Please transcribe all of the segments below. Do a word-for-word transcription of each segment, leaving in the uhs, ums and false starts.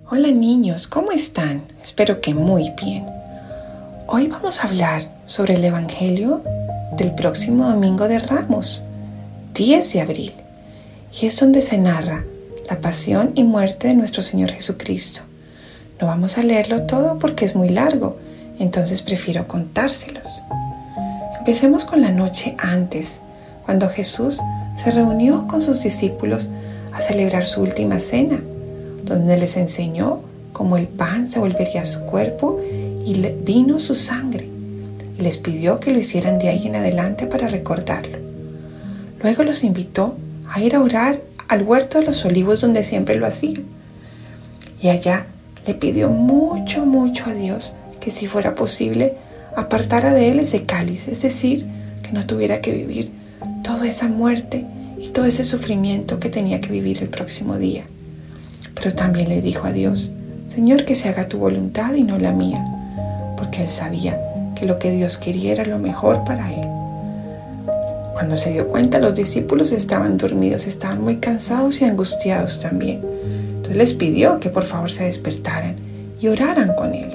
Hola niños, ¿cómo están? Espero que muy bien. Hoy vamos a hablar sobre el Evangelio del próximo Domingo de Ramos, diez de abril, y es donde se narra la pasión y muerte de nuestro Señor Jesucristo. No vamos a leerlo todo porque es muy largo, entonces prefiero contárselos. Empecemos con la noche antes, cuando Jesús se reunió con sus discípulos a celebrar su última cena, donde les enseñó cómo el pan se volvería su cuerpo y el vino su sangre, y les pidió que lo hicieran de ahí en adelante para recordarlo. Luego los invitó a ir a orar al huerto de los olivos donde siempre lo hacían, y allá le pidió mucho, mucho a Dios que si fuera posible apartara de él ese cáliz, es decir, que no tuviera que vivir toda esa muerte y todo ese sufrimiento que tenía que vivir el próximo día. Pero también le dijo a Dios: Señor, que se haga tu voluntad y no la mía, porque él sabía que lo que Dios quería era lo mejor para él. Cuando se dio cuenta, los discípulos estaban dormidos, estaban muy cansados y angustiados también. Entonces les pidió que por favor se despertaran y oraran con él.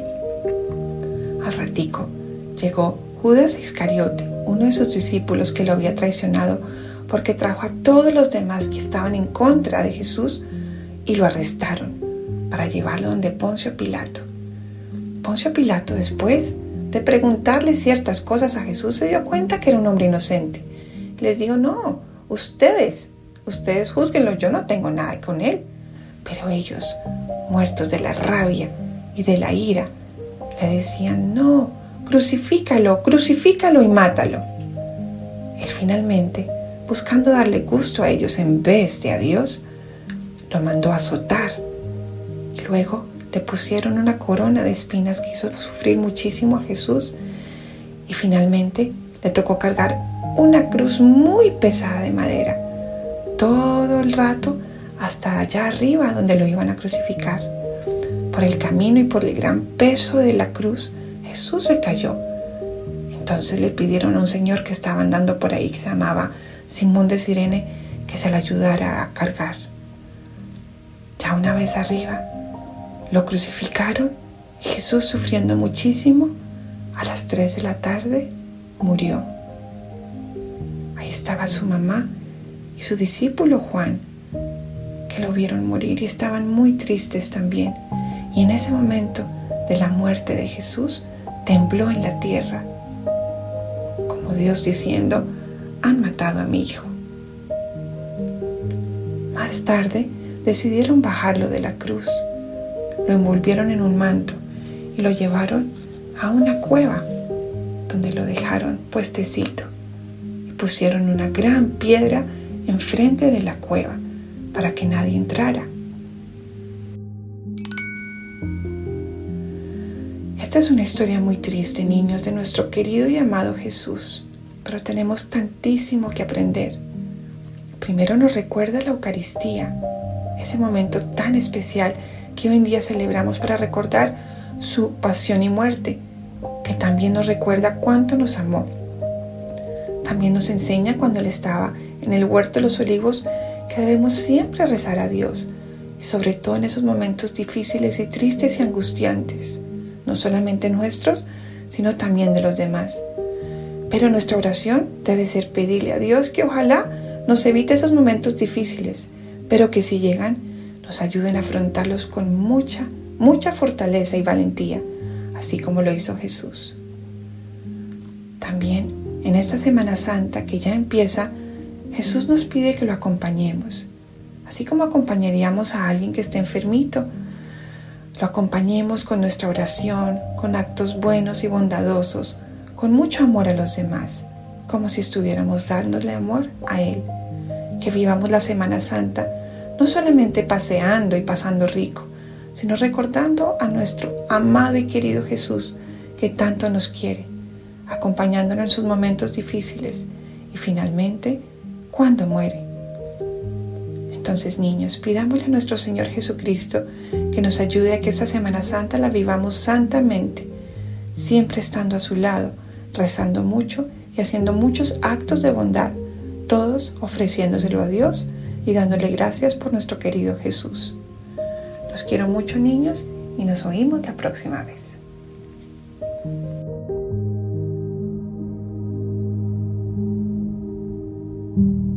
Al ratico llegó Judas Iscariote, uno de sus discípulos que lo había traicionado, porque trajo a todos los demás que estaban en contra de Jesús y lo arrestaron para llevarlo donde Poncio Pilato. Poncio Pilato, después de preguntarle ciertas cosas a Jesús, se dio cuenta que era un hombre inocente. Les dijo: no, ustedes, ustedes júzguenlo, yo no tengo nada con él. Pero ellos, muertos de la rabia y de la ira, le decían: no, crucifícalo, crucifícalo y mátalo. Él finalmente, buscando darle gusto a ellos en vez de a Dios, lo mandó a azotar. Y luego le pusieron una corona de espinas que hizo sufrir muchísimo a Jesús. Y finalmente le tocó cargar una cruz muy pesada de madera todo el rato hasta allá arriba donde lo iban a crucificar. Por el camino y por el gran peso de la cruz, Jesús se cayó. Entonces le pidieron a un señor que estaba andando por ahí, que se llamaba Simón de Cirene, que se le ayudara a cargar. Ya una vez arriba, lo crucificaron y Jesús, sufriendo muchísimo, a las tres de la tarde murió. Ahí estaba su mamá y su discípulo Juan, que lo vieron morir y estaban muy tristes también. Y en ese momento de la muerte de Jesús, tembló en la tierra, como Dios diciendo: han matado a mi hijo. Más tarde decidieron bajarlo de la cruz, lo envolvieron en un manto y lo llevaron a una cueva donde lo dejaron puestecito y pusieron una gran piedra enfrente de la cueva para que nadie entrara. Esta es una historia muy triste, niños, de nuestro querido y amado Jesús, pero tenemos tantísimo que aprender. Primero nos recuerda la Eucaristía, ese momento tan especial que hoy en día celebramos para recordar su pasión y muerte, que también nos recuerda cuánto nos amó. También nos enseña, cuando Él estaba en el huerto de los olivos, que debemos siempre rezar a Dios, y sobre todo en esos momentos difíciles y tristes y angustiantes, no solamente nuestros, sino también de los demás. Pero nuestra oración debe ser pedirle a Dios que ojalá nos evite esos momentos difíciles, pero que si llegan, nos ayuden a afrontarlos con mucha, mucha fortaleza y valentía, así como lo hizo Jesús. También, en esta Semana Santa que ya empieza, Jesús nos pide que lo acompañemos, así como acompañaríamos a alguien que esté enfermito. Lo acompañemos con nuestra oración, con actos buenos y bondadosos, con mucho amor a los demás, como si estuviéramos dándole amor a Él. Que vivamos la Semana Santa no solamente paseando y pasando rico, sino recordando a nuestro amado y querido Jesús, que tanto nos quiere, acompañándonos en sus momentos difíciles y finalmente cuando muere. Entonces, niños, pidámosle a nuestro Señor Jesucristo que nos ayude a que esta Semana Santa la vivamos santamente, siempre estando a su lado, rezando mucho y haciendo muchos actos de bondad, todos ofreciéndoselo a Dios y dándole gracias por nuestro querido Jesús. Los quiero mucho, niños, y nos oímos la próxima vez. Thank you.